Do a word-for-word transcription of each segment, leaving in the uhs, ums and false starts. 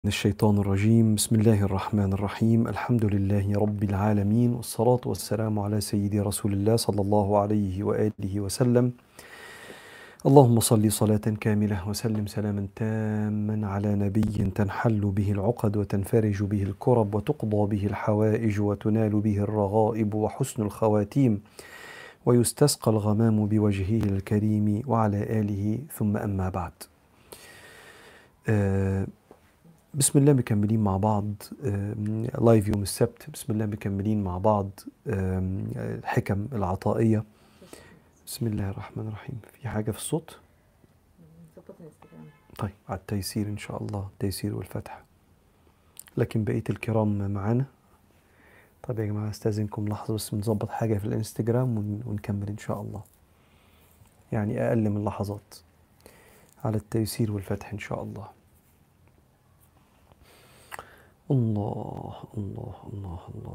من الشيطان الرجيم. بسم الله الرحمن الرحيم. الحمد لله رب العالمين، والصلاة والسلام على سيدي رسول الله صلى الله عليه وآله وسلم. اللهم صل صلاة كاملة وسلم سلاما تاما على نبي تنحل به العقد وتنفرج به الكرب وتقضى به الحوائج وتنال به الرغائب وحسن الخواتيم ويستسقى الغمام بوجهه الكريم وعلى آله، ثم أما بعد. آه بسم الله مكملين مع بعض لايف يوم السبت. بسم الله مكملين مع بعض الحكم العطائية. بسم الله الرحمن الرحيم. في حاجة في الصوت؟ طيب، على التيسير إن شاء الله، التيسير والفتح. لكن بقية الكرام معانا. طيب يا جماعة، استاذنكم لحظة بس نظبط حاجة في الانستجرام ونكمل إن شاء الله، يعني أقل من لحظات، على التيسير والفتح إن شاء الله. الله الله الله الله.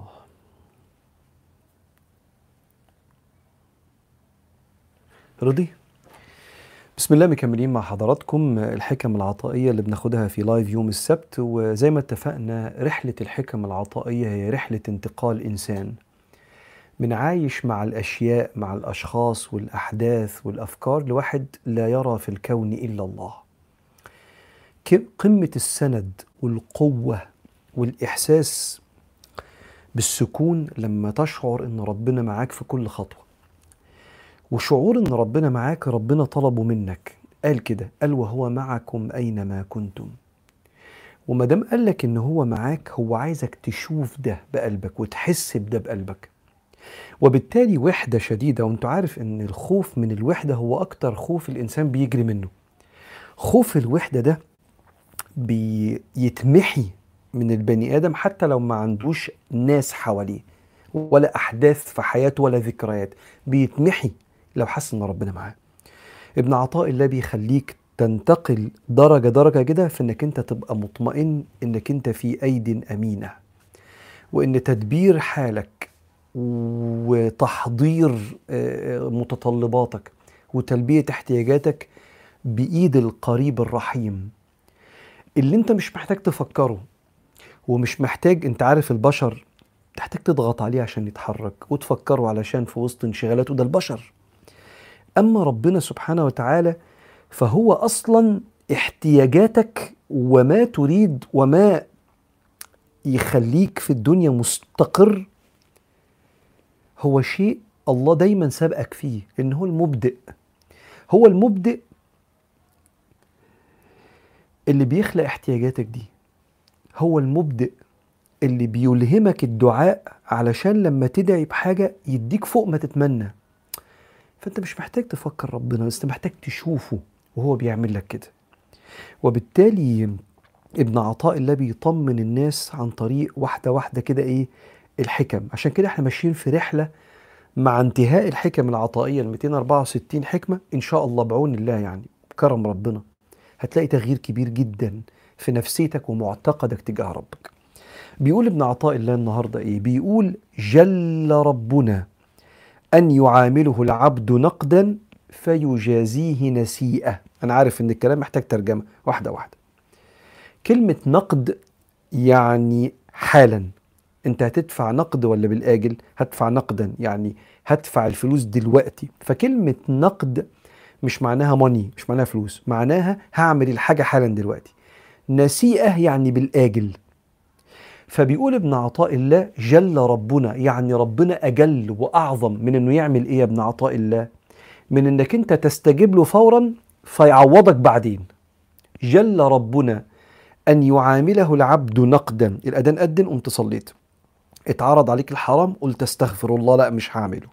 رضي. بسم الله مكملين مع حضراتكم الحكم العطائية اللي بناخدها في لايف يوم السبت. وزي ما اتفقنا، رحلة الحكم العطائية هي رحلة انتقال إنسان من عايش مع الأشياء، مع الأشخاص والأحداث والأفكار، لواحد لا يرى في الكون إلا الله. قمة السند والقوة والإحساس بالسكون لما تشعر إن ربنا معاك في كل خطوة، وشعور إن ربنا معاك. ربنا طلبه منك، قال كده، قال وهو معكم أينما كنتم. وما دام قال لك إن هو معاك، هو عايزك تشوف ده بقلبك وتحس بده بقلبك. وبالتالي وحدة شديدة. وانت عارف إن الخوف من الوحدة هو أكتر خوف الإنسان بيجري منه. خوف الوحدة ده بيتمحي من البني آدم حتى لو ما عندوش ناس حواليه ولا أحداث في حياته ولا ذكريات، بيتمحي لو حس إن ربنا معاه. ابن عطاء الله بيخليك تنتقل درجة درجة كده في إنك أنت تبقى مطمئن إنك أنت في أيد أمينة، وإن تدبير حالك وتحضير متطلباتك وتلبية احتياجاتك بإيد القريب الرحيم اللي أنت مش محتاج تفكره ومش محتاج. أنت عارف البشر تحتاج تضغط عليه عشان يتحرك وتفكره علشان في وسط انشغالاته، ده البشر. أما ربنا سبحانه وتعالى فهو أصلا احتياجاتك وما تريد وما يخليك في الدنيا مستقر هو شيء الله دايما سابقك فيه، إنه هو المبدئ. هو المبدئ اللي بيخلق احتياجاتك دي. هو المبدئ اللي بيلهمك الدعاء علشان لما تدعي بحاجة يديك فوق ما تتمنى. فأنت مش محتاج تفكر ربنا، بس محتاج تشوفه وهو بيعمل لك كده. وبالتالي ابن عطاء الله بيطمن الناس عن طريق واحدة واحدة كده إيه الحكم. عشان كده احنا ماشيين في رحلة مع انتهاء الحكم العطائية ال مئتين وأربعة وستين حكمة إن شاء الله بعون الله، يعني بكرم ربنا هتلاقي تغيير كبير جدا في نفسيتك ومعتقدك تجاه ربك. بيقول ابن عطاء الله النهاردة إيه؟ بيقول جل ربنا أن يعامله العبد نقدا فيجازيه نسيئة. أنا عارف إن الكلام محتاج ترجمة واحدة واحدة. كلمة نقد يعني حالا. أنت هتدفع نقد ولا بالآجل؟ هدفع نقدا، يعني هدفع الفلوس دلوقتي. فكلمة نقد مش معناها ماني، مش معناها فلوس، معناها هعمل الحاجة حالا دلوقتي. نسيئة يعني بالآجل. فبيقول ابن عطاء الله جل ربنا، يعني ربنا أجل وأعظم من أنه يعمل إيه يا ابن عطاء الله؟ من أنك أنت تستجيب له فورا فيعوضك بعدين. جل ربنا أن يعامله العبد نقدا. الأذان أذن قمت صليت، اتعرض عليك الحرام قلت استغفر الله لا مش هعمله.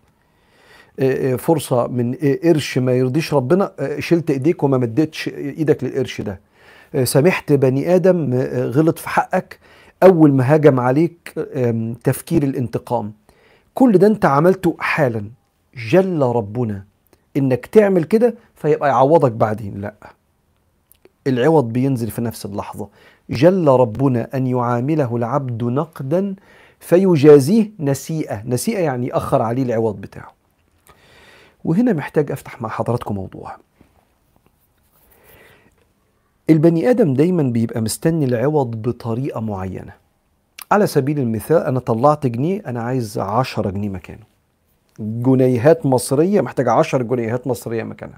فرصة من قرش ما يرضيش ربنا، شلت ايديك وما مدتش ايدك للقرش ده. سامحت بني آدم غلط في حقك، أول ما هاجم عليك تفكير الانتقام. كل ده أنت عملته حالا. جل ربنا إنك تعمل كده فيبقى يعوضك بعدين، لا، العوض بينزل في نفس اللحظة. جل ربنا أن يعامله العبد نقدا فيجازيه نسيئة. نسيئة يعني يأخر عليه العوض بتاعه. وهنا محتاج أفتح مع حضراتكم موضوع. البني آدم دايما بيبقى مستني العوض بطريقة معينة. على سبيل المثال أنا طلعت جنيه، أنا عايز عشرة جنيه مكانه، جنيهات مصرية، محتاج عشر جنيهات مصرية مكانها.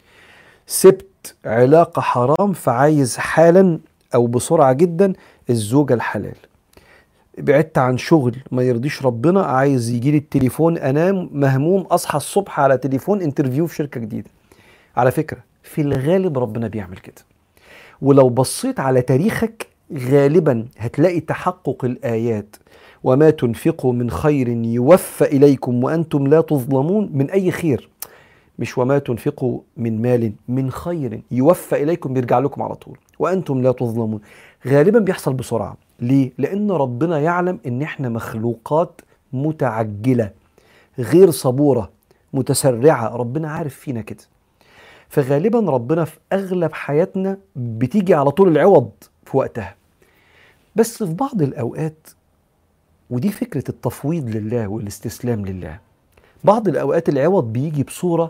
سبت علاقة حرام فعايز حالا أو بسرعة جدا الزوجة الحلال. بعدت عن شغل ما يرضيش ربنا، عايز يجيلي التليفون أنام مهموم أصحى الصبح على تليفون انترفيو في شركة جديدة. على فكرة في الغالب ربنا بيعمل كده، ولو بصيت على تاريخك غالبا هتلاقي تحقق الآيات وما تنفقوا من خير يوفى إليكم وأنتم لا تظلمون. من أي خير، مش وما تنفقوا من مال من خير يوفى إليكم، بيرجع لكم على طول وأنتم لا تظلمون. غالبا بيحصل بسرعة. ليه؟ لأن ربنا يعلم إن إحنا مخلوقات متعجلة غير صبورة متسرعة، ربنا عارف فينا كده. فغالبا ربنا في أغلب حياتنا بتيجي على طول العوض في وقتها. بس في بعض الأوقات، ودي فكرة التفويض لله والاستسلام لله، بعض الأوقات العوض بيجي بصورة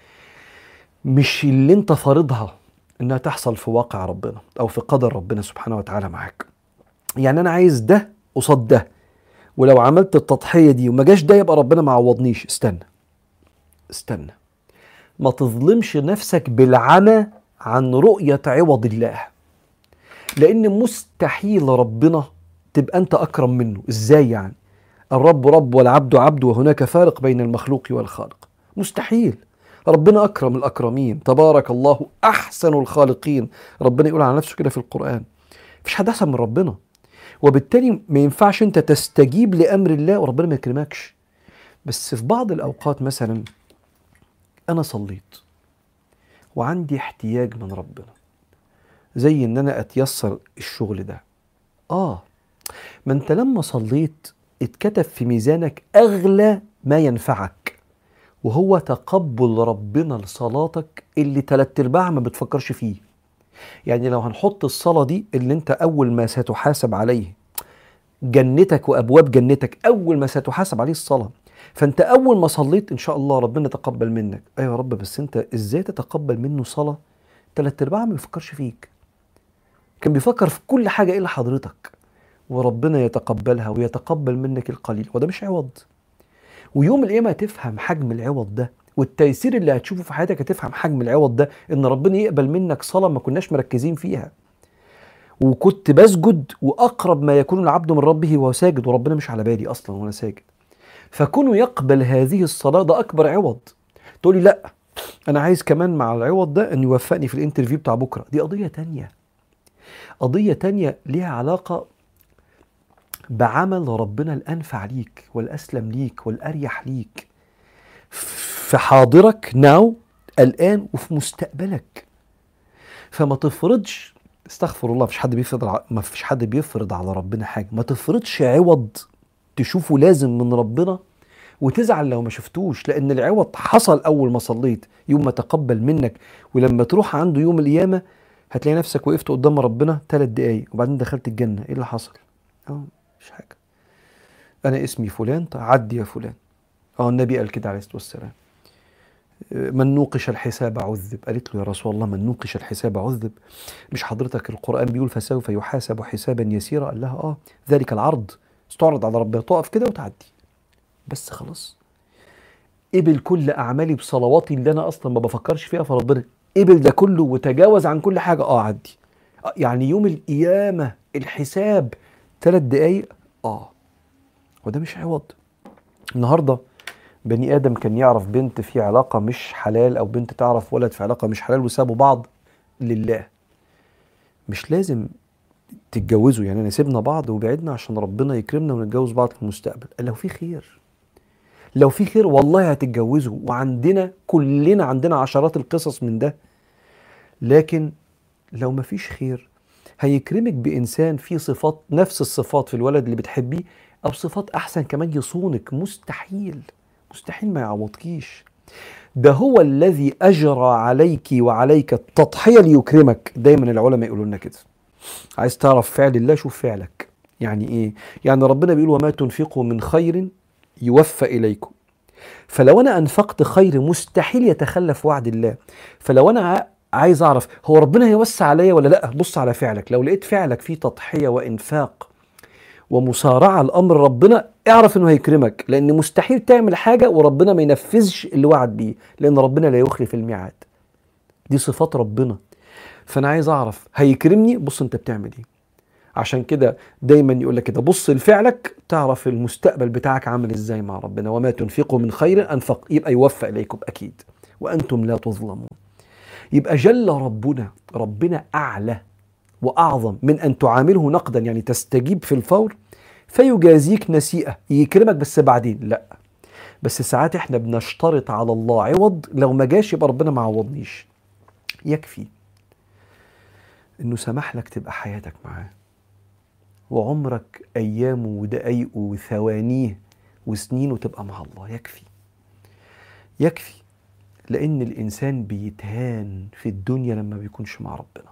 مش اللي انت فارضها انها تحصل في واقع ربنا او في قدر ربنا سبحانه وتعالى معاك. يعني انا عايز ده قصاد ده، ولو عملت التضحية دي وما جاش ده يبقى ربنا ما عوضنيش. استنى استنى، ما تظلمش نفسك بالعمى عن رؤية عوض الله، لان مستحيل ربنا تبقى انت اكرم منه. ازاي يعني؟ الرب رب والعبد عبد وهناك فارق بين المخلوق والخالق. مستحيل. ربنا أكرم الأكرمين، تبارك الله أحسن الخالقين. ربنا يقول على نفسه كده في القرآن. مفيش حد أحسن من ربنا، وبالتالي ما ينفعش أنت تستجيب لأمر الله وربنا ما يكرمكش. بس في بعض الأوقات مثلا أنا صليت وعندي احتياج من ربنا، زي إن أنا أتيسر الشغل ده. آه ما أنت لما صليت اتكتب في ميزانك أغلى ما ينفعك، وهو تقبل ربنا لصلاتك اللي تلات ارباع ما بتفكرش فيه. يعني لو هنحط الصلاة دي اللي انت اول ما ستحاسب عليه جنتك وابواب جنتك، اول ما ستحاسب عليه الصلاة، فانت اول ما صليت ان شاء الله ربنا تقبل منك. ايوه يا رب، بس انت ازاي تتقبل منه صلاة تلات ارباع ما بيفكرش فيك؟ كان بيفكر في كل حاجة الا حضرتك، وربنا يتقبلها ويتقبل منك القليل، وده مش عوض. ويوم القيامة هتفهم حجم العوض ده، والتيسير اللي هتشوفه في حياتك هتفهم حجم العوض ده، ان ربنا يقبل منك صلاة ما كناش مركزين فيها، وكنت بسجد واقرب ما يكون العبد من ربه وهو ساجد، وربنا مش على بالي اصلا وانا ساجد. فكونه يقبل هذه الصلاة ده اكبر عوض. تقولي لا انا عايز كمان مع العوض ده ان يوفقني في الانترفيو بتاع بكرة. دي قضية تانية، قضية تانية ليها علاقة بعمل ربنا الأنفع ليك والأسلم ليك والأريح ليك في حاضرك ناو الآن وفي مستقبلك. فما تفرضش، استغفر الله، مفيش حد بيفرض ع... ما فيش حد بيفرض على ربنا حاجة. ما تفرضش عوض تشوفه لازم من ربنا وتزعل لو ما شفتوش، لأن العوض حصل أول ما صليت، يوم ما تقبل منك. ولما تروح عنده يوم القيامة هتلاقي نفسك وقفت قدام ربنا ثلاث دقايق وبعدين دخلت الجنة. إيه اللي حصل؟ اه مش حاجة، أنا اسمي فلان، عدي يا فلان. اه النبي قال كده عليه الصلاة والسلام، من نوقش الحساب عذب. قالت له يا رسول الله من نوقش الحساب عذب؟ مش حضرتك القرآن بيقول فسوف يحاسب حسابا يسيرا؟ قال لها اه ذلك العرض، استعرض على ربنا، تقف كده وتعدي بس خلاص. قبل كل أعمالي بصلواتي اللي أنا أصلا ما بفكرش فيها، فربنا قبل ده كله وتجاوز عن كل حاجة. اه عدي. آه يعني يوم القيامة الحساب ثلاث دقايق. اه وده مش عوض. النهاردة بني آدم كان يعرف بنت في علاقة مش حلال، أو بنت تعرف ولد في علاقة مش حلال، وسابوا بعض لله. مش لازم تتجوزوا، يعني أنا سيبنا بعض وبعدنا عشان ربنا يكرمنا ونتجوز بعض في المستقبل. لو في خير، لو في خير والله هتتجوزوا، وعندنا كلنا عندنا عشرات القصص من ده. لكن لو ما فيش خير هيكرمك بإنسان فيه صفات نفس الصفات في الولد اللي بتحبيه، أو صفات أحسن كمان يصونك. مستحيل مستحيل ما يعوضكيش. ده هو الذي أجرى عليك وعليك التضحية ليكرمك. دايما العلماء يقولوا لنا كده، عايز تعرف فعل الله شوف فعلك. يعني إيه؟ يعني ربنا بيقول وما تنفقوا من خير يوفى إليكم. فلو أنا أنفقت خير مستحيل يتخلف وعد الله. فلو أنا عايز اعرف هو ربنا هيوسع عليا ولا لا. بص على فعلك، لو لقيت فعلك فيه تضحية وانفاق ومسارعة لأمر ربنا، اعرف انه هيكرمك، لان مستحيل تعمل حاجة وربنا ما ينفذش اللي وعد بيه، لان ربنا لا يخلف الميعاد. دي صفات ربنا. فانا عايز اعرف هيكرمني. بص انت بتعمل ايه. عشان كده دايما يقول لك كده، بص لفعلك تعرف المستقبل بتاعك عامل ازاي مع ربنا. وما تنفقوا من خير انفق، يبقى يوفى اليكم اكيد وانتم لا تظلمون. يبقى جل ربنا، ربنا اعلى واعظم من ان تعامله نقدا، يعني تستجيب في الفور فيجازيك نسيئة، يكرمك بس بعدين. لا، بس ساعات احنا بنشترط على الله عوض، لو ما جاش يبقى ربنا ما عوضنيش. يكفي انه سمح لك تبقى حياتك معاه، وعمرك ايامه ودقايقه وثوانيه وسنينه تبقى مع الله. يكفي يكفي لان الانسان بيتهان في الدنيا لما بيكونش مع ربنا،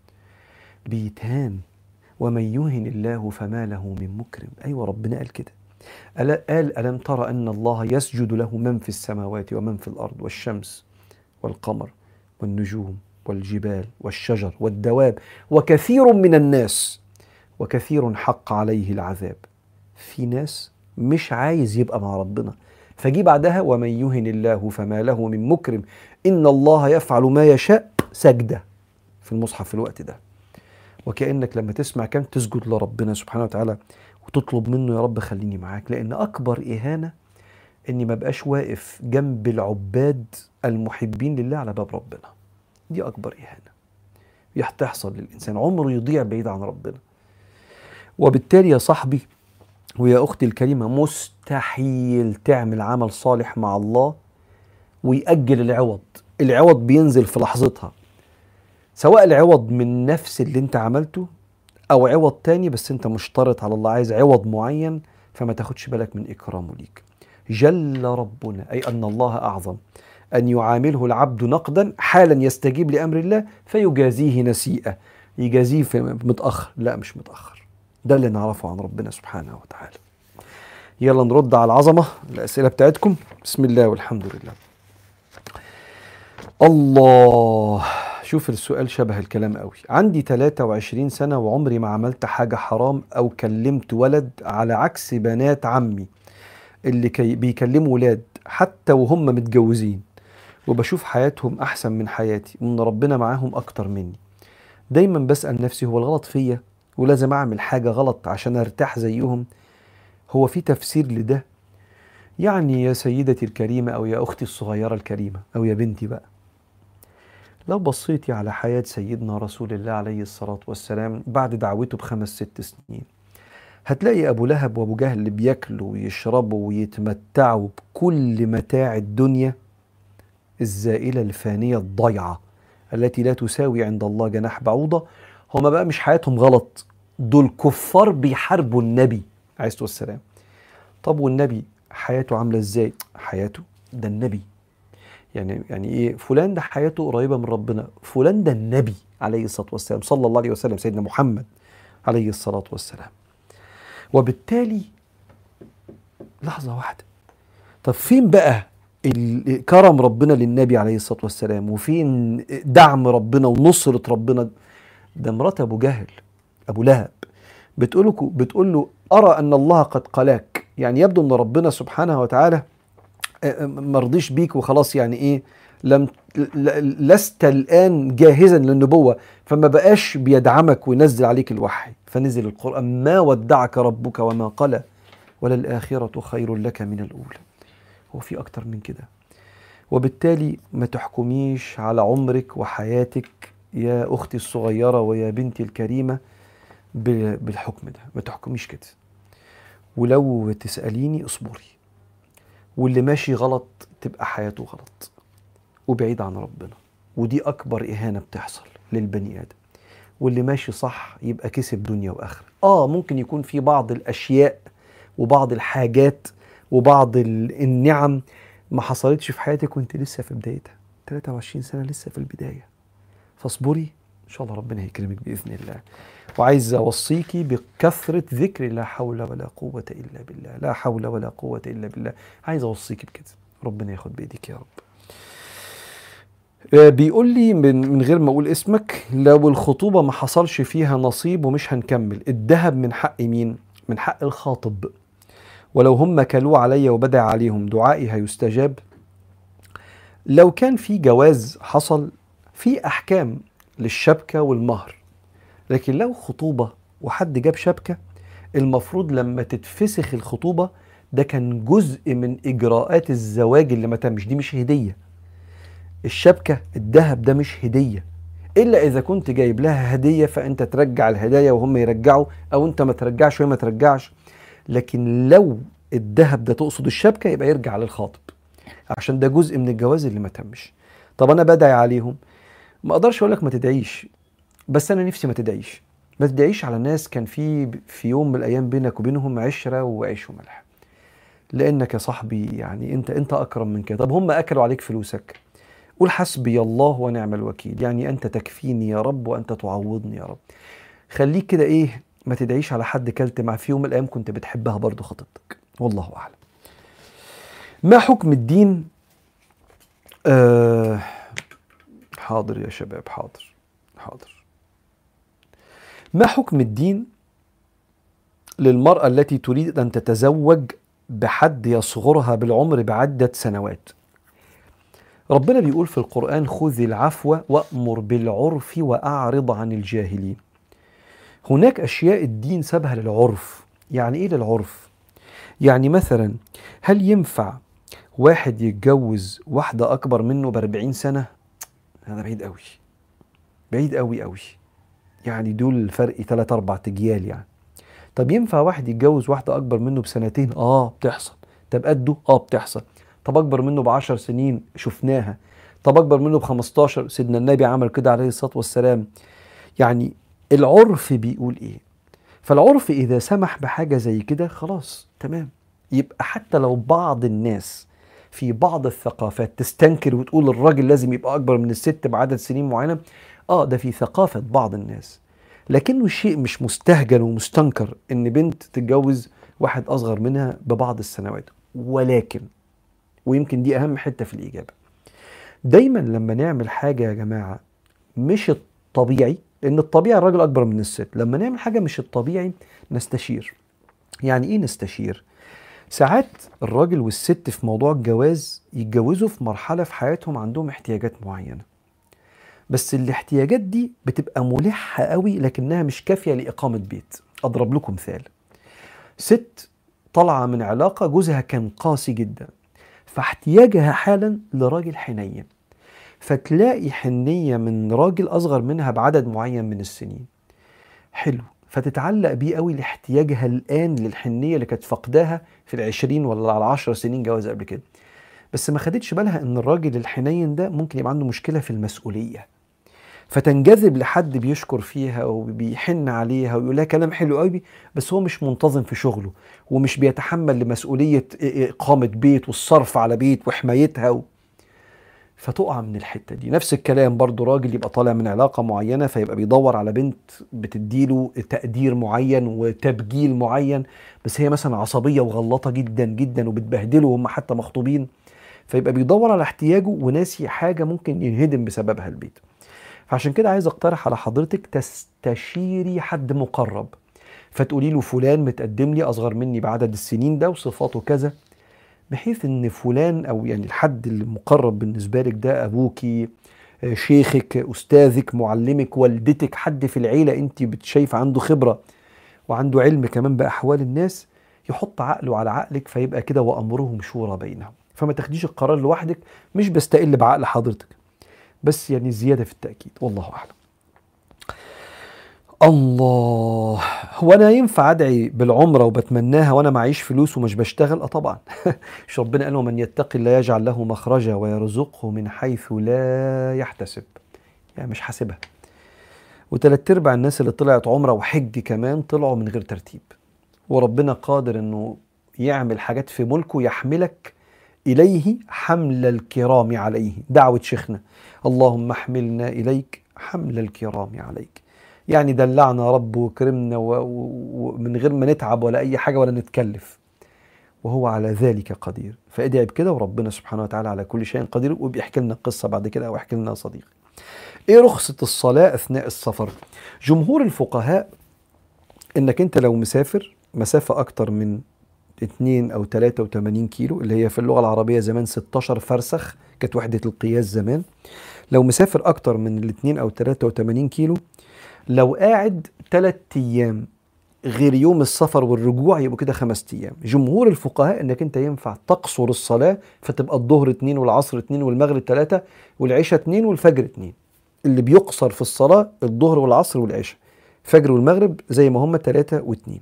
بيتهان. ومن يهن الله فما له من مكرم. ايوه ربنا قال كده، قال ألم تر أن الله يسجد له من في السماوات ومن في الأرض والشمس والقمر والنجوم والجبال والشجر والدواب وكثير من الناس وكثير حق عليه العذاب. في ناس مش عايز يبقى مع ربنا، فجي بعدها ومن يهن الله فما له من مكرم إن الله يفعل ما يشاء، سجدة في المصحف في الوقت ده. وكأنك لما تسمع كم تسجد لربنا سبحانه وتعالى وتطلب منه يا رب خليني معاك. لأن أكبر إهانة إني ما بقاش واقف جنب العباد المحبين لله على باب ربنا. دي أكبر إهانة تحصل للإنسان، عمره يضيع بعيد عن ربنا. وبالتالي يا صاحبي ويا أختي الكريمة، مستحيل تعمل عمل صالح مع الله ويأجل العوض. العوض بينزل في لحظتها، سواء العوض من نفس اللي انت عملته او عوض تاني، بس انت مشترط على الله عايز عوض معين، فما تاخدش بالك من اكرامه ليك. جل ربنا، اي ان الله اعظم ان يعامله العبد نقدا حالا يستجيب لامر الله فيجازيه نسيئة. يجازيه في متاخر؟ لا مش متاخر. ده اللي نعرفه عن ربنا سبحانه وتعالى. يلا نرد على العظمة، الاسئله بتاعتكم. بسم الله والحمد لله. الله، شوف السؤال شبه الكلام قوي. عندي ثلاثة وعشرين سنة وعمري ما عملت حاجة حرام أو كلمت ولد، على عكس بنات عمي اللي كي بيكلموا ولاد حتى وهم متجوزين، وبشوف حياتهم أحسن من حياتي وإن ربنا معاهم أكتر مني. دايما بسأل نفسي هو الغلط فيا ولازم أعمل حاجة غلط عشان أرتاح زيهم؟ هو في تفسير لده؟ يعني يا سيدتي الكريمة أو يا أختي الصغيرة الكريمة أو يا بنتي بقى، لو بصيتي على حياة سيدنا رسول الله عليه الصلاة والسلام بعد دعوته بخمس ست سنين، هتلاقي أبو لهب وأبو جهل بياكلوا ويشربوا ويتمتعوا بكل متاع الدنيا الزائلة الفانية الضيعة التي لا تساوي عند الله جناح بعوضة. هما بقى مش حياتهم غلط، دول كفار بيحاربوا النبي عليه الصلاة والسلام. طب والنبي حياته عاملة ازاي؟ حياته ده النبي، يعني يعني ايه فلان ده حياته قريبه من ربنا، فلان ده النبي عليه الصلاه والسلام صلى الله عليه وسلم، سيدنا محمد عليه الصلاه والسلام. وبالتالي لحظه واحده، طب فين بقى كرم ربنا للنبي عليه الصلاه والسلام، وفين دعم ربنا ونصره ربنا؟ ده مرات ابو جهل ابو لهب بتقول له بتقول له ارى ان الله قد قلاك، يعني يبدو ان ربنا سبحانه وتعالى مرضيش بيك وخلاص، يعني ايه لم لست الآن جاهزا للنبوة، فما بقاش بيدعمك وينزل عليك الوحي، فنزل القرآن ما ودعك ربك وما قلى وللآخرة خير لك من الأولى. هو في أكتر من كده؟ وبالتالي ما تحكميش على عمرك وحياتك يا أختي الصغيرة ويا بنتي الكريمة بالحكم ده، ما تحكميش كده. ولو تسأليني اصبري، واللي ماشي غلط تبقى حياته غلط وبعيد عن ربنا، ودي أكبر إهانة بتحصل للبني آدم. واللي ماشي صح يبقى كسب دنيا وآخرة. آه ممكن يكون في بعض الأشياء وبعض الحاجات وبعض النعم ما حصلتش في حياتك وانت لسه في بدايتها، ثلاثة وعشرين سنة لسه في البداية، فاصبري إن شاء الله ربنا هيكرمك بإذن الله. وعايز أوصيكي بكثرة ذكر لا حول ولا قوة إلا بالله، لا حول ولا قوة إلا بالله. عايز أوصيكي بكده، ربنا ياخد بإيدك يا رب. آه، بيقول لي من من غير ما اقول اسمك، لو الخطوبة ما حصلش فيها نصيب ومش هنكمل، الذهب من حق مين؟ من حق الخاطب. ولو هم كلوا عليا وبدع عليهم دعائي هيستجاب. لو كان في جواز حصل، في احكام للشبكة والمهر. لكن لو خطوبة وحد جاب شبكة، المفروض لما تتفسخ الخطوبة، ده كان جزء من إجراءات الزواج اللي ما تمش، دي مش هدية. الشبكة الذهب ده مش هدية، إلا إذا كنت جايب لها هدية فأنت ترجع الهدايا وهم يرجعوا، أو أنت ما ترجعش وهي ما ترجعش. لكن لو الذهب ده تقصد الشبكة، يبقى يرجع للخاطب، عشان ده جزء من الجواز اللي ما تمش. طب أنا بدعي عليهم؟ ما أقدرش أقول لك ما تدعيش، بس أنا نفسي ما تدعيش. ما تدعيش على ناس كان في في يوم من الأيام بينك وبينهم عشرة وعيش وملح. لأنك يا صاحبي يعني أنت أنت أكرم من كده. طب هم أكلوا عليك فلوسك، قول حسبي الله ونعم الوكيل، يعني أنت تكفيني يا رب وأنت تعوضني يا رب. خليك كده إيه، ما تدعيش على حد كلت مع في يوم من الأيام كنت بتحبها برضو خطيبتك. والله أعلم. ما حكم الدين؟ آه حاضر يا شباب، حاضر حاضر. ما حكم الدين للمرأة التي تريد أن تتزوج بحد يصغرها بالعمر بعدة سنوات؟ ربنا بيقول في القرآن: خذ العفو وأمر بالعرف وأعرض عن الجاهلين. هناك أشياء الدين سابها للعرف. يعني إيه للعرف؟ يعني مثلا هل ينفع واحد يتجوز واحدة أكبر منه بأربعين سنة؟ هذا بعيد قوي، بعيد قوي قوي. يعني دول فرق تلات أربع تجيال يعني. طب ينفع واحد يتجوز واحدة أكبر منه بسنتين؟ آه بتحصل. طب قده؟ آه بتحصل. طب أكبر منه بعشر سنين؟ شفناها. طب أكبر منه بخمستاشر؟ سيدنا النبي عمل كده عليه الصلاة والسلام. يعني العرف بيقول إيه؟ فالعرف إذا سمح بحاجة زي كده خلاص تمام. يبقى حتى لو بعض الناس في بعض الثقافات تستنكر وتقول الراجل لازم يبقى أكبر من الست بعدد سنين معينة، آه ده في ثقافة بعض الناس، لكنه شيء مش مستهجن ومستنكر إن بنت تتجوز واحد أصغر منها ببعض السنوات. ولكن ويمكن دي أهم حتة في الإجابة، دايما لما نعمل حاجة يا جماعة مش الطبيعي، لأن الطبيعي الراجل أكبر من الست، لما نعمل حاجة مش الطبيعي نستشير. يعني إيه نستشير؟ ساعات الراجل والست في موضوع الجواز يتجوزوا في مرحلة في حياتهم عندهم احتياجات معينة، بس الاحتياجات دي بتبقى ملحة قوي لكنها مش كافية لإقامة بيت. أضرب لكم مثال: ست طالعة من علاقة جوزها كان قاسي جدا، فاحتياجها حالا لراجل حنين، فتلاقي حنية من راجل أصغر منها بعدد معين من السنين. حلو، فتتعلق بيه قوي لاحتياجها الآن للحنية اللي كانت فقداها في العشرين ولا على عشر سنين جواز قبل كده. بس ما خدتش بالها إن الراجل الحنين ده ممكن يبقى عنده مشكلة في المسؤولية، فتنجذب لحد بيشكر فيها وبيحن عليها ويقول لها كلام حلو قوي، بس هو مش منتظم في شغله ومش بيتحمل لمسؤولية إقامة بيت والصرف على بيت وحمايتها و... فتقع من الحتة دي. نفس الكلام برضو راجل يبقى طالع من علاقة معينة فيبقى بيدور على بنت بتديله تقدير معين وتبجيل معين، بس هي مثلا عصبية وغلطة جدا جدا وبتبهدله وهم حتى مخطوبين، فيبقى بيدور على احتياجه وناسي حاجة ممكن ينهدم بسببها البيت. فعشان كده عايز اقترح على حضرتك تستشيري حد مقرب، فتقولي له فلان متقدم لي اصغر مني بعدد السنين ده وصفاته كذا، بحيث ان فلان او يعني الحد المقرب بالنسبه لك ده ابوكي، شيخك، استاذك، معلمك، والدتك، حد في العيله انت بتشايف عنده خبره وعنده علم كمان باحوال الناس، يحط عقله على عقلك، فيبقى كده وامرهم شورى بينهم. فما تاخديش القرار لوحدك. مش بستقل بعقل حضرتك، بس يعني زياده في التاكيد. والله اعلم. الله، هو انا ينفع ادعي بالعمره وبتمناها وانا معيش فلوس ومش بشتغل؟ اه طبعا. مش ربنا قال ومن يتق الله يجعل له مخرجا ويرزقه من حيث لا يحتسب؟ يعني مش حاسبها. وتلات ارباع الناس اللي طلعت عمره وحج كمان طلعوا من غير ترتيب، وربنا قادر انه يعمل حاجات في ملكه يحملك اليه حمل الكرام عليه. دعوة شيخنا: اللهم احملنا اليك حمل الكرام عليك. يعني دلعنا رب وكرمنا ومن غير ما نتعب ولا اي حاجة ولا نتكلف. وهو على ذلك قدير. فادعي بكده وربنا سبحانه وتعالى على كل شيء قدير. وبيحكي لنا قصة بعد كده، أو يحكي لنا صديق. ايه رخصة الصلاة أثناء السفر؟ جمهور الفقهاء انك انت لو مسافر مسافة اكتر من اتنين او تلاتة وتمانين كيلو، اللي هي في اللغة العربية زمان ستاشر فرسخ كانت وحدة القياس زمان، لو مسافر اكتر من الاتنين او تلاتة وتمانين كيلو، لو قاعد تلات ايام غير يوم السفر والرجوع يبقوا كده خمس ايام. جمهور الفقهاء انك انت ينفع تقصر الصلاة، فتبقى الظهر اتنين والعصر اتنين والمغرب تلاتة والعشاء اتنين والفجر اتنين. اللي بيقصر في الصلاة الظهر والعصر والعشاء، فجر والمغرب زي ما هم تلاتة واتنين.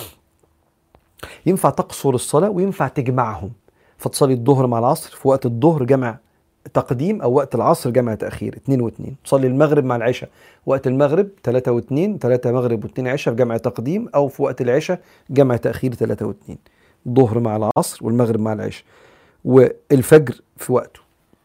ينفع تقصر الصلاة وينفع تجمعهم، فتصلي الظهر مع العصر في وقت الظهر جمع تقديم، او وقت العصر جمع تأخير اتنين واتنين. تصلي المغرب مع العشاء وقت المغرب تلاتة واتنين، تلاتة مغرب واتنين عشاء في جمع تقديم، او في وقت العشاء جمع تأخير تلاتة واتنين. الظهر مع العصر والمغرب مع العشاء والفجر في وقته.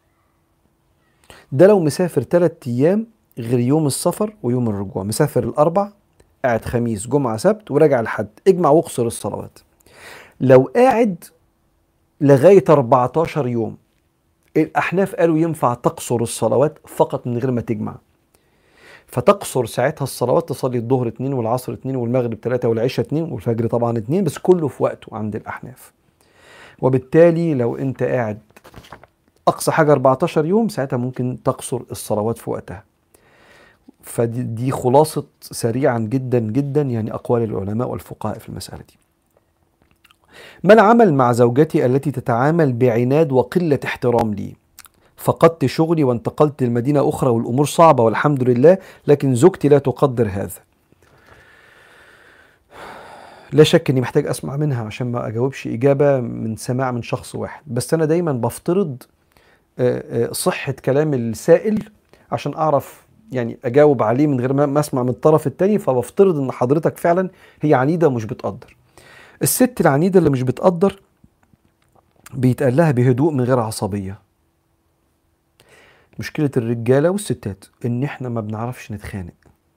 ده لو مسافر تلات ايام غير يوم السفر ويوم الرجوع. مسافر الاربع، قاعد خميس جمعة سبت وراجع الحد، اجمع واقصر الصلوات. لو قاعد لغاية اربعتاشر يوم، الأحناف قالوا ينفع تقصر الصلوات فقط من غير ما تجمع، فتقصر ساعتها الصلوات، تصلي الظهر اتنين والعصر اتنين والمغرب تلاتة والعشاء اتنين والفجر طبعا اتنين، بس كله في وقته عند الأحناف. وبالتالي لو انت قاعد أقصى حاجة اربعتاشر يوم، ساعتها ممكن تقصر الصلوات في وقتها. فدي خلاصة سريعا جدا جدا يعني أقوال العلماء والفقهاء في المسألة دي. ما العمل مع زوجتي التي تتعامل بعناد وقلة احترام لي؟ فقدت شغلي وانتقلت لمدينة أخرى والأمور صعبة والحمد لله، لكن زوجتي لا تقدر هذا. لا شك أني محتاج أسمع منها عشان ما أجاوبش إجابة من سماع من شخص واحد، بس أنا دايما بفترض صحة كلام السائل عشان أعرف يعني أجاوب عليه من غير ما أسمع من الطرف التاني. فبفترض أن حضرتك فعلا هي عنيدة ومش بتقدر. الست العنيدة اللي مش بتقدر بيتقال لها بهدوء من غير عصبية. مشكلة الرجالة والستات ان احنا ما بنعرفش نتخانق،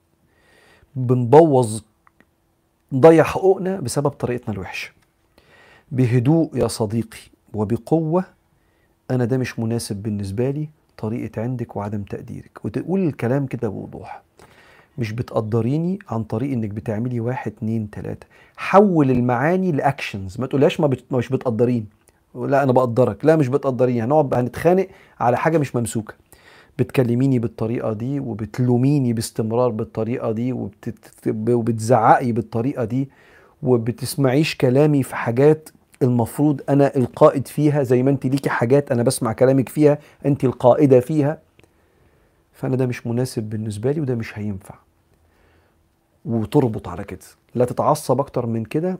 بنبوظ نضيع حقوقنا بسبب طريقتنا الوحشة. بهدوء يا صديقي وبقوة، انا ده مش مناسب بالنسبة لي، طريقة عندك وعدم تقديرك، وتقول الكلام كده بوضوح. مش بتقدريني عن طريق انك بتعملي واحد اتنين تلاتة. حول المعاني لاكشنز، ما تقولهاش ما بت... مش بتقدرين، لا انا بقدرك، لا مش بتقدريني، هنقعد هنتخانق على حاجة مش ممسوكة. بتكلميني بالطريقة دي وبتلوميني باستمرار بالطريقة دي وبت... وبتزعقي بالطريقة دي، وبتسمعيش كلامي في حاجات المفروض انا القائد فيها، زي ما انت ليكي حاجات انا بسمع كلامك فيها انت القائدة فيها. فانا ده مش مناسب بالنسبة لي وده مش هينفع. وتربط على كده، لا تتعصب اكتر من كده،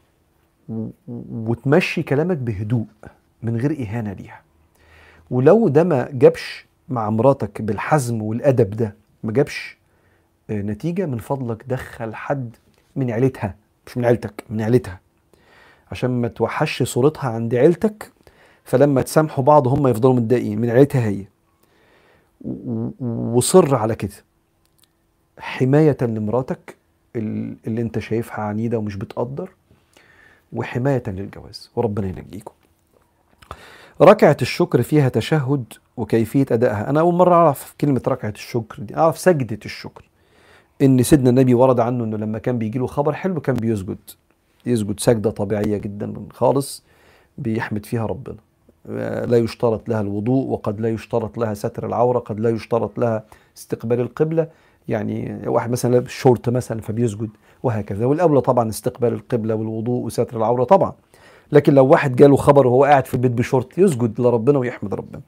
وتمشي كلامك بهدوء من غير اهانة ليها. ولو ده ما جابش مع مراتك بالحزم والادب ده، ما جابش نتيجة، من فضلك دخل حد من عيلتها، مش من عيلتك، من عيلتها، عشان ما توحش صورتها عند عيلتك، فلما تسامحوا بعض هم يفضلوا متضايقين من عيلتها هي. وصر على كده حماية لمراتك اللي انت شايفها عنيدة ومش بتقدر، وحماية للجواز، وربنا ينجيكم. ركعة الشكر فيها تشهد وكيفية أدائها. أنا أول مرة أعرف كلمة ركعة الشكر دي، أعرف سجدة الشكر. إن سيدنا النبي ورد عنه إنه لما كان بيجي له خبر حلو كان بيسجد يسجد سجدة طبيعية جدا خالص بيحمد فيها ربنا. لا يشترط لها الوضوء، وقد لا يشترط لها ستر العورة، قد لا يشترط لها استقبال القبلة. يعني واحد مثلا لابس شورت مثلا فبيسجد، وهكذا. والأولى طبعا استقبال القبلة والوضوء وستر العورة طبعا. لكن لو واحد جاله خبر وهو قاعد في البيت بشورت يسجد لربنا ويحمد ربنا.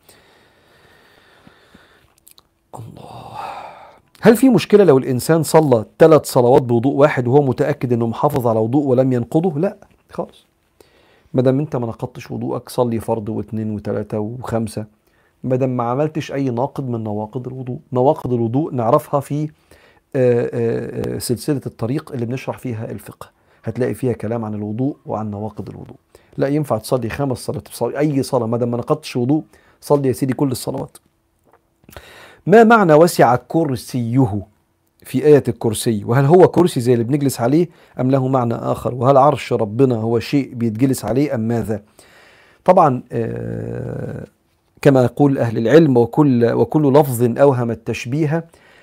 الله. هل في مشكلة لو الإنسان صلى ثلاث صلوات بوضوء واحد وهو متأكد إنه محافظ على وضوء ولم ينقضه؟ لا خالص. ما دام أنت ما نقضتش وضوءك صلي فرض واثنين وثلاثة وخمسة، ما دام ما عملتش أي ناقض من نواقض الوضوء. نواقض الوضوء نعرفها في سلسلة الطريق اللي بنشرح فيها الفقه، هتلاقي فيها كلام عن الوضوء وعن نواقض الوضوء. لا ينفع تصلي خمس صلوات، تصلي أي صلاة ما دام ما نقضتش وضوء، صلي يا سيدي كل الصلوات. ما معنى وسع كرسيه؟ في آية الكرسي، وهل هو كرسي زي اللي بنجلس عليه أم له معنى آخر؟ وهل عرش ربنا هو شيء بيتجلس عليه أم ماذا؟ طبعا آه، كما يقول أهل العلم، وكل, وكل لفظ أوهم التشبيه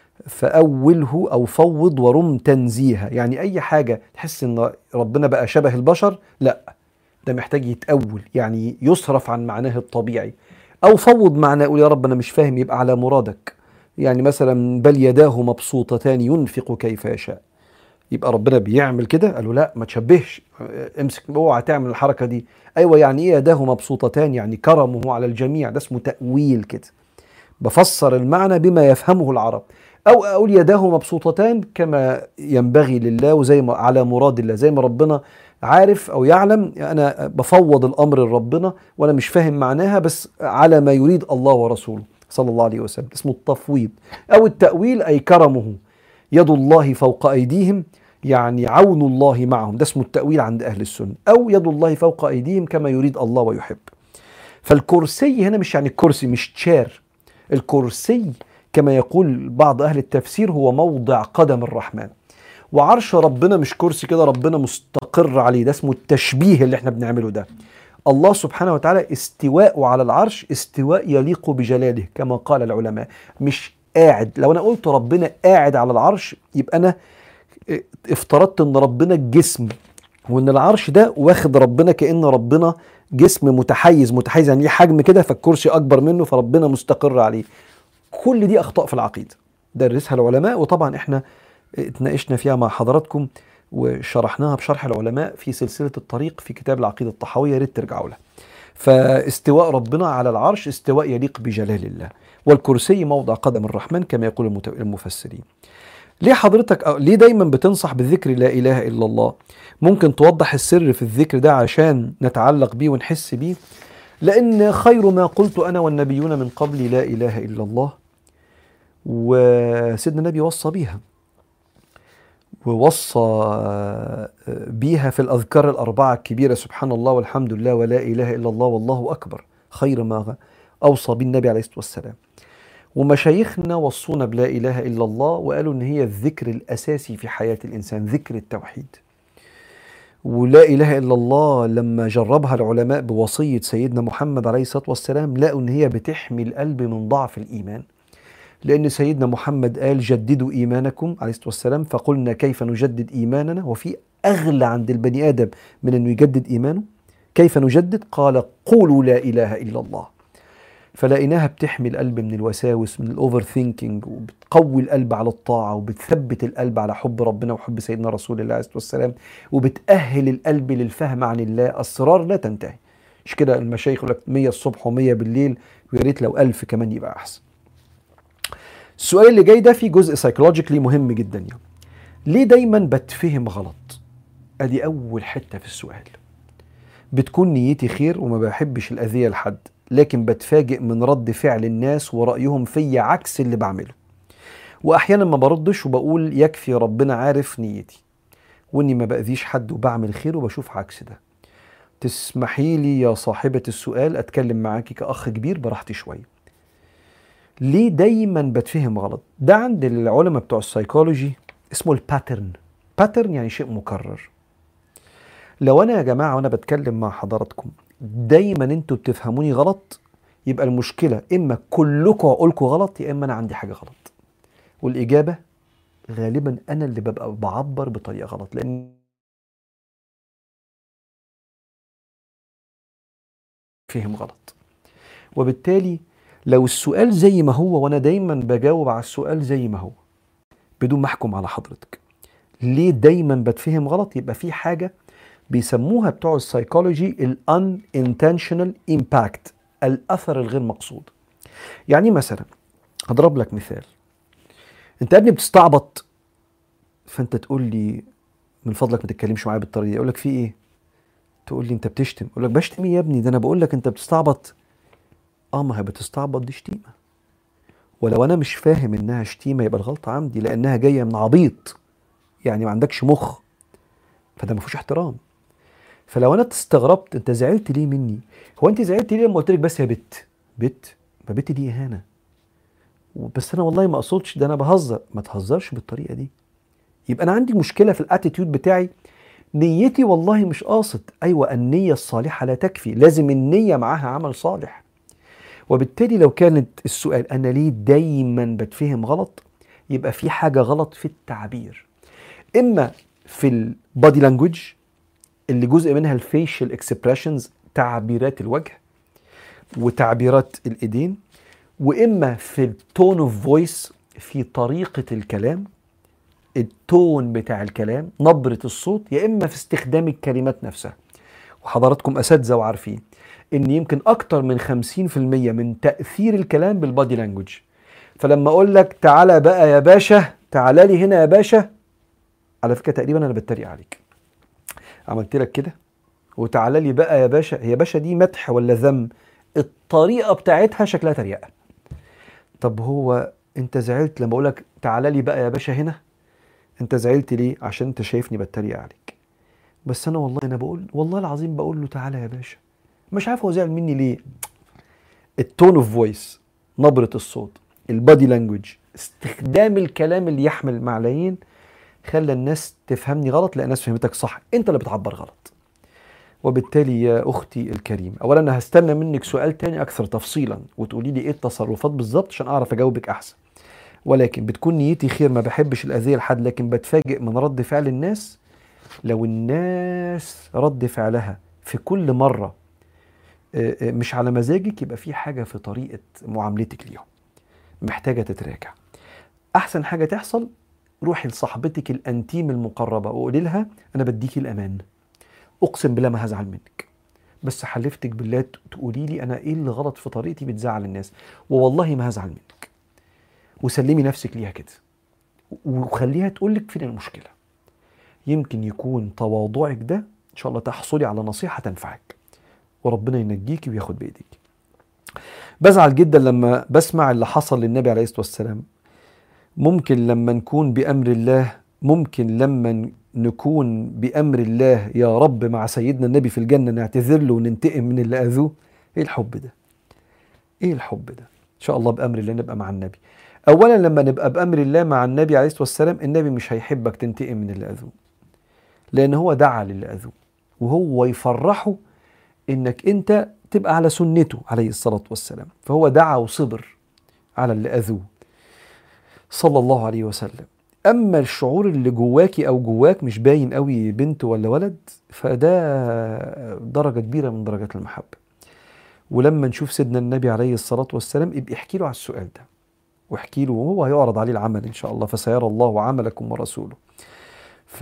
فأوله أو فوض ورم تنزيها. يعني أي حاجة تحس إن ربنا بقى شبه البشر، لا، ده محتاج يتأول، يعني يصرف عن معناه الطبيعي، أو فوض معناه، يقول يا رب أنا مش فاهم، يبقى على مرادك. يعني مثلا بل يداه مبسوطتان ينفق كيف يشاء، يبقى ربنا بيعمل كده؟ قالوا لا، ما تشبهش، امسك، اوعى تعمل الحركة دي. أيوة، يعني إيه يداه مبسوطتان؟ يعني كرمه على الجميع، ده اسمه تأويل كده، بفسر المعنى بما يفهمه العرب. او اقول يداه مبسوطتان كما ينبغي لله، وزي ما على مراد الله، زي ما ربنا عارف او يعلم، انا بفوض الامر لربنا وانا مش فاهم معناها، بس على ما يريد الله ورسوله صلى الله عليه وسلم، اسمه التفويض. او التأويل اي كرمه، يد الله فوق ايديهم، يعني عون الله معهم، ده اسمه التأويل عند اهل السنة. او يد الله فوق ايديهم كما يريد الله ويحب. فالكرسي هنا مش يعني الكرسي، مش تشير. الكرسي كما يقول بعض أهل التفسير هو موضع قدم الرحمن. وعرش ربنا مش كرسي كده ربنا مستقر عليه، ده اسمه التشبيه اللي احنا بنعمله ده. الله سبحانه وتعالى استواءه على العرش استواء يليق بجلاله كما قال العلماء، مش قاعد. لو انا قلت ربنا قاعد على العرش يبقى انا افترضت ان ربنا الجسم، وان العرش ده واخد ربنا كأن ربنا جسم متحيز متحيز يعني ليه حجم كده، فالكرسي اكبر منه فربنا مستقر عليه. كل دي اخطاء في العقيده درسها العلماء، وطبعا احنا اتناقشنا فيها مع حضراتكم وشرحناها بشرح العلماء في سلسله الطريق في كتاب العقيده الطحاويه، يا ريت ترجعوا لها. فاستواء ربنا على العرش استواء يليق بجلال الله، والكرسي موضع قدم الرحمن كما يقول المفسرين. ليه حضرتك ليه دايما بتنصح بذكر لا اله الا الله؟ ممكن توضح السر في الذكر ده عشان نتعلق بيه ونحس بيه؟ لأن خير ما قلت أنا والنبيون من قبلي لا إله إلا الله، وسيدنا النبي وصى بيها، ووصى بيها في الأذكار الأربعة الكبيرة، سبحان الله والحمد لله ولا إله إلا الله والله أكبر، خير ما أوصى به النبي عليه الصلاة والسلام. ومشايخنا وصونا بلا إله إلا الله، وقالوا إن هي الذكر الأساسي في حياة الإنسان، ذكر التوحيد. ولا إله إلا الله لما جربها العلماء بوصية سيدنا محمد عليه الصلاة والسلام، لقوا إن هي بتحمي القلب من ضعف الإيمان، لأن سيدنا محمد قال جددوا إيمانكم عليه الصلاة والسلام، فقلنا كيف نجدد إيماننا؟ وفي أغلى عند البني آدم من أنه يجدد إيمانه؟ كيف نجدد؟ قال قولوا لا إله إلا الله. فلقيناها بتحمي القلب من الوساوس، من الأوفر ثينكينج، وبتقوي القلب على الطاعة، وبتثبت القلب على حب ربنا وحب سيدنا رسول الله عليه الصلاة والسلام، وبتأهل القلب للفهم عن الله، أسرار لا تنتهي. مش كده المشايخ يقول لك مية الصبح ومية بالليل، ويا ريت لو ألف كمان يبقى أحسن. السؤال اللي جاي ده فيه جزء سايكولوجيكلي مهم جدا. يعني ليه دايما بتفهم غلط؟ ادي أول حتة في السؤال. بتكون نيتي خير وما بحبش الأذية لحد، لكن بتفاجئ من رد فعل الناس ورأيهم فيا عكس اللي بعمله، وأحيانا ما بردش وبقول يكفي ربنا عارف نيتي، وإني ما بأذيش حد وبعمل خير وبشوف عكس ده. تسمحي لي يا صاحبة السؤال أتكلم معاكي كأخ كبير براحتي شوية. ليه دايما بتفهم غلط؟ ده عند العلماء بتوع السايكولوجي اسمه الباترن. باترن يعني شيء مكرر. لو أنا يا جماعة وأنا بتكلم مع حضراتكم دايما انتوا بتفهموني غلط، يبقى المشكلة إما كلكم عقولكم غلط، يا إما أنا عندي حاجة غلط. والإجابة غالبا أنا اللي ببقى بعبر بطريقة غلط، لأن فهم غلط. وبالتالي لو السؤال زي ما هو وأنا دايما بجاوب على السؤال زي ما هو بدون ما أحكم على حضرتك ليه دايما بتفهم غلط، يبقى في حاجة بيسموها بتوع السايكولوجي ال unintentional impact، الأثر الغير مقصود. يعني مثلا هضرب لك مثال، انت يا ابني بتستعبط، فانت تقول لي من فضلك ما تتكلمش معايا بالطريقه دي. اقول لك في ايه؟ تقول لي انت بتشتم. اقول لك بشتم ايه يا ابني؟ ده انا بقول لك انت بتستعبط. اه، ما هي بتستعبط دي شتيمه، ولو انا مش فاهم انها شتيمه يبقى الغلطه عندي، لانها جايه من عبيط، يعني ما عندكش مخ، فده ما فيهوش احترام. فلو انا استغربت انت زعلت ليه مني، هو انت زعلت ليه لما قلت لك بس يا بت؟ بت؟ ما بت دي اهانه، بس انا والله ما اقصدش، ده انا بهزر. ما تهزرش بالطريقه دي، يبقى انا عندي مشكله في الاتيتيود بتاعي. نيتي والله مش قاصد. ايوه، النيه الصالحه لا تكفي، لازم النيه معاها عمل صالح. وبالتالي لو كانت السؤال انا ليه دايما بتفهم غلط، يبقى في حاجه غلط في التعبير، اما في البادي لانجوج اللي جزء منها الفيشل اكسبريشنز، تعبيرات الوجه وتعبيرات الايدين، واما في التون اوف فويس، في طريقه الكلام، التون بتاع الكلام، نبره الصوت، يا اما في استخدام الكلمات نفسها. وحضراتكم اساتذه وعارفين ان يمكن اكتر من خمسين في المية من تاثير الكلام بالبادي لانجوج. فلما اقول لك تعالى بقى يا باشا، تعالى لي هنا يا باشا، على فكره تقريبا انا بتريق عليك. عملت لك كده وتعالى لي بقى يا باشا، هي باشا دي مدح ولا ذم؟ الطريقه بتاعتها شكلها تريقه. طب هو انت زعلت لما اقول لك تعالى لي بقى يا باشا هنا؟ انت زعلت ليه؟ عشان انت شايفني بتريق عليك. بس انا والله انا بقول، والله العظيم بقول له تعالى يا باشا. مش عارف هو زعل مني ليه. التون اوف فويس، نبره الصوت، البادي لانجوج، استخدام الكلام اللي يحمل معنيين، خلى الناس تفهمني غلط، لا الناس فهمتك صح، انت اللي بتعبر غلط. وبالتالي يا اختي الكريمه، اولا انا هستنى منك سؤال تاني اكثر تفصيلا وتقولي لي ايه التصرفات بالظبط عشان اعرف اجاوبك احسن. ولكن بتكون نيتي خير، ما بحبش الاذيه لحد، لكن بتفاجئ من رد فعل الناس. لو الناس رد فعلها في كل مره مش على مزاجك، يبقى في حاجه في طريقه معاملتك ليهم محتاجه تتراجع. احسن حاجه تحصل، روحي لصاحبتك الانتيم المقربه وقولي لها انا بديكي الامان، اقسم بالله ما هزعل منك، بس حلفتك بالله تقولي لي انا ايه اللي غلط في طريقتي بتزعل الناس، ووالله ما هزعل منك. وسلمي نفسك ليها كده، وخليها تقول لك فين المشكله. يمكن يكون تواضعك ده ان شاء الله تحصلي على نصيحه تنفعك، وربنا ينجيكي وياخد بايديك. بزعل جدا لما بسمع اللي حصل للنبي عليه الصلاه والسلام. ممكن لما نكون بامر الله، ممكن لما نكون بأمر الله يا رب مع سيدنا النبي في الجنة نعتذر له وننتقم من اللي أذوه. إيه الحب ده؟ إيه الحب ده؟ إن شاء الله بأمر الله نبقى مع النبي. أولا لما نبقى بأمر الله مع النبي عليه الصلاة والسلام، النبي مش هيحبك تنتقم من اللي أذوه، لأن هو دعا للي أذوه، وهو يفرحه إنك أنت تبقى على سنته عليه الصلاة والسلام. فهو دعا وصبر على اللي أذوه صلى الله عليه وسلم. اما الشعور اللي جواكي او جواك مش باين قوي بنت ولا ولد، فده درجه كبيره من درجات المحبه. ولما نشوف سيدنا النبي عليه الصلاه والسلام، ابقي احكي له على السؤال ده، واحكي له وهو هيعرض عليه العمل ان شاء الله، فسيرى الله عملكم ورسوله. ف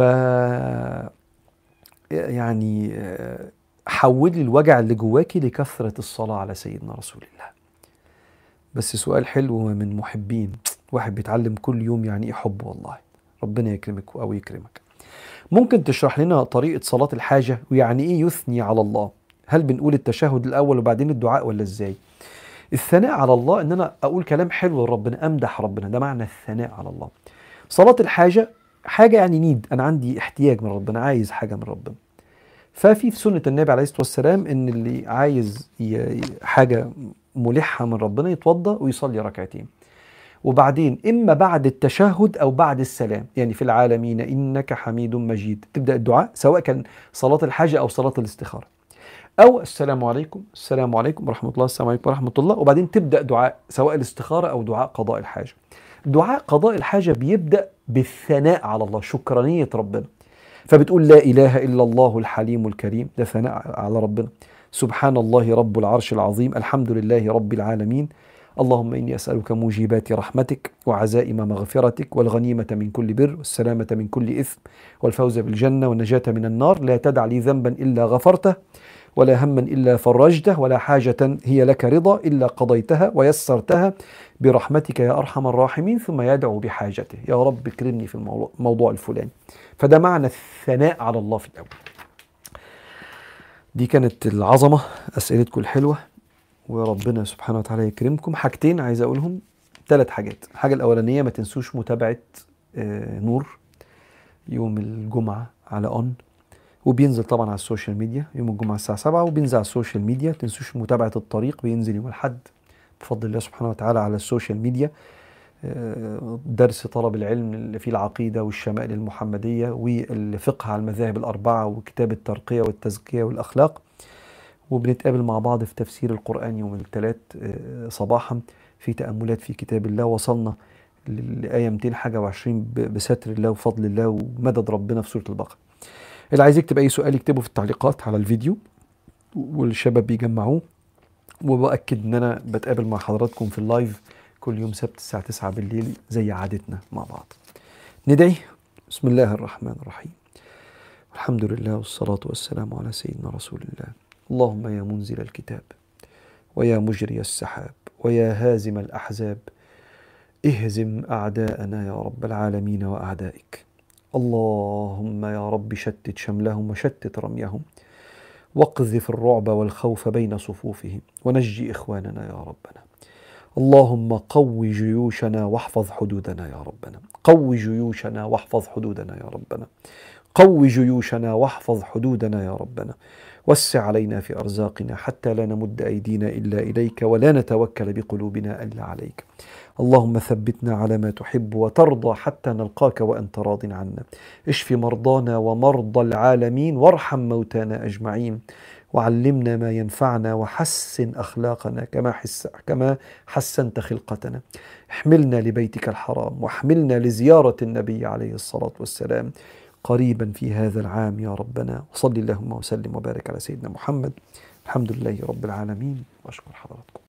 يعني حولي الوجع اللي جواكي لكثره الصلاه على سيدنا رسول الله. بس سؤال حلو من محبين، واحد بيتعلم كل يوم يعني ايه حب. والله ربنا يكرمك او يكرمك. ممكن تشرح لنا طريقة صلاة الحاجة، ويعني ايه يثني على الله؟ هل بنقول التشهد الاول وبعدين الدعاء ولا ازاي؟ الثناء على الله ان انا اقول كلام حلو لربنا، امدح ربنا، ده معنى الثناء على الله. صلاة الحاجة حاجة يعني نيد، انا عندي احتياج من ربنا، عايز حاجة من ربنا. ففي في سنة النبي عليه الصلاة والسلام ان اللي عايز حاجة ملحة من ربنا يتوضى ويصلي ركعتين، وبعدين إما بعد التشهد أو بعد السلام، يعني في العالمين إنك حميد مجيد، تبدأ الدعاء سواء كان صلاة الحاجة أو صلاة الاستخارة، أو السلام عليكم السلام عليكم ورحمة الله السلام عليكم ورحمة الله، وبعدين تبدأ دعاء سواء الاستخارة أو دعاء قضاء الحاجة. دعاء قضاء الحاجة بيبدأ بالثناء على الله، شكرانية ربنا. فبتقول لا إله إلا الله الحليم الكريم، ده ثناء على ربنا. سبحان الله رب العرش العظيم، الحمد لله رب العالمين، اللهم إني أسألك موجبات رحمتك وعزائم مغفرتك والغنيمة من كل بر والسلامة من كل إثم والفوز بالجنة والنجاة من النار. لا تدع لي ذنبا إلا غفرته ولا هما إلا فرجته ولا حاجة هي لك رضا إلا قضيتها ويسرتها برحمتك يا أرحم الراحمين. ثم يدعو بحاجته، يا رب اكرمني في الموضوع الفلاني. فده معنى الثناء على الله في الأول. دي كانت العظمة، أسئلتكم الحلوة، وربنا سبحانه وتعالى يكرمكم. حاجتين عايز أقولهم، ثلاث حاجات. الحاجة الأولانية ما تنسوش متابعة آه نور يوم الجمعة على أون، وبينزل طبعا على السوشيال ميديا يوم الجمعة الساعة سبعة، وبينزل على السوشيال ميديا. تنسوش متابعة الطريق، بينزل يوم الأحد بفضل الله سبحانه وتعالى على السوشيال ميديا. درس طلب العلم اللي فيه العقيدة والشمائل المحمدية والفقه على المذاهب الأربعة وكتاب الترقية والتزكية والأخلاق. وبنتقابل مع بعض في تفسير القرآن يوم الثلاث صباحا في تأملات في كتاب الله. وصلنا لآية مئتين حاجة وعشرين بستر الله وفضل الله ومدد ربنا في سورة البقرة. اللي عايز يكتب أي سؤال يكتبه في التعليقات على الفيديو والشباب بيجمعوه. وبأكد إن أنا بتقابل مع حضراتكم في اللايف كل يوم سبت الساعة تسعة بالليل زي عادتنا مع بعض. ندعي. بسم الله الرحمن الرحيم. الحمد لله والصلاة والسلام على سيدنا رسول الله. اللهم يا منزل الكتاب ويا مجري السحاب ويا هازم الأحزاب اهزم أعداءنا يا رب العالمين وأعدائك. اللهم يا رب شتت شملهم وشتت رميهم واقذف الرعب والخوف بين صفوفهم ونجي إخواننا يا ربنا. اللهم قو جيوشنا واحفظ حدودنا يا ربنا. قو جيوشنا واحفظ حدودنا يا ربنا. قو جيوشنا واحفظ حدودنا يا ربنا. وسع علينا في أرزاقنا حتى لا نمد أيدينا إلا إليك ولا نتوكل بقلوبنا إلا عليك. اللهم ثبتنا على ما تحب وترضى حتى نلقاك وأنت راض عنا. اشف مرضانا ومرضى العالمين وارحم موتانا أجمعين وعلمنا ما ينفعنا وحسن أخلاقنا كما, حس كما حسنت خلقتنا. احملنا لبيتك الحرام واحملنا لزيارة النبي عليه الصلاة والسلام قريبا في هذا العام يا ربنا. وصلي اللهم وسلم وبارك على سيدنا محمد. الحمد لله رب العالمين وأشكر حضراتكم.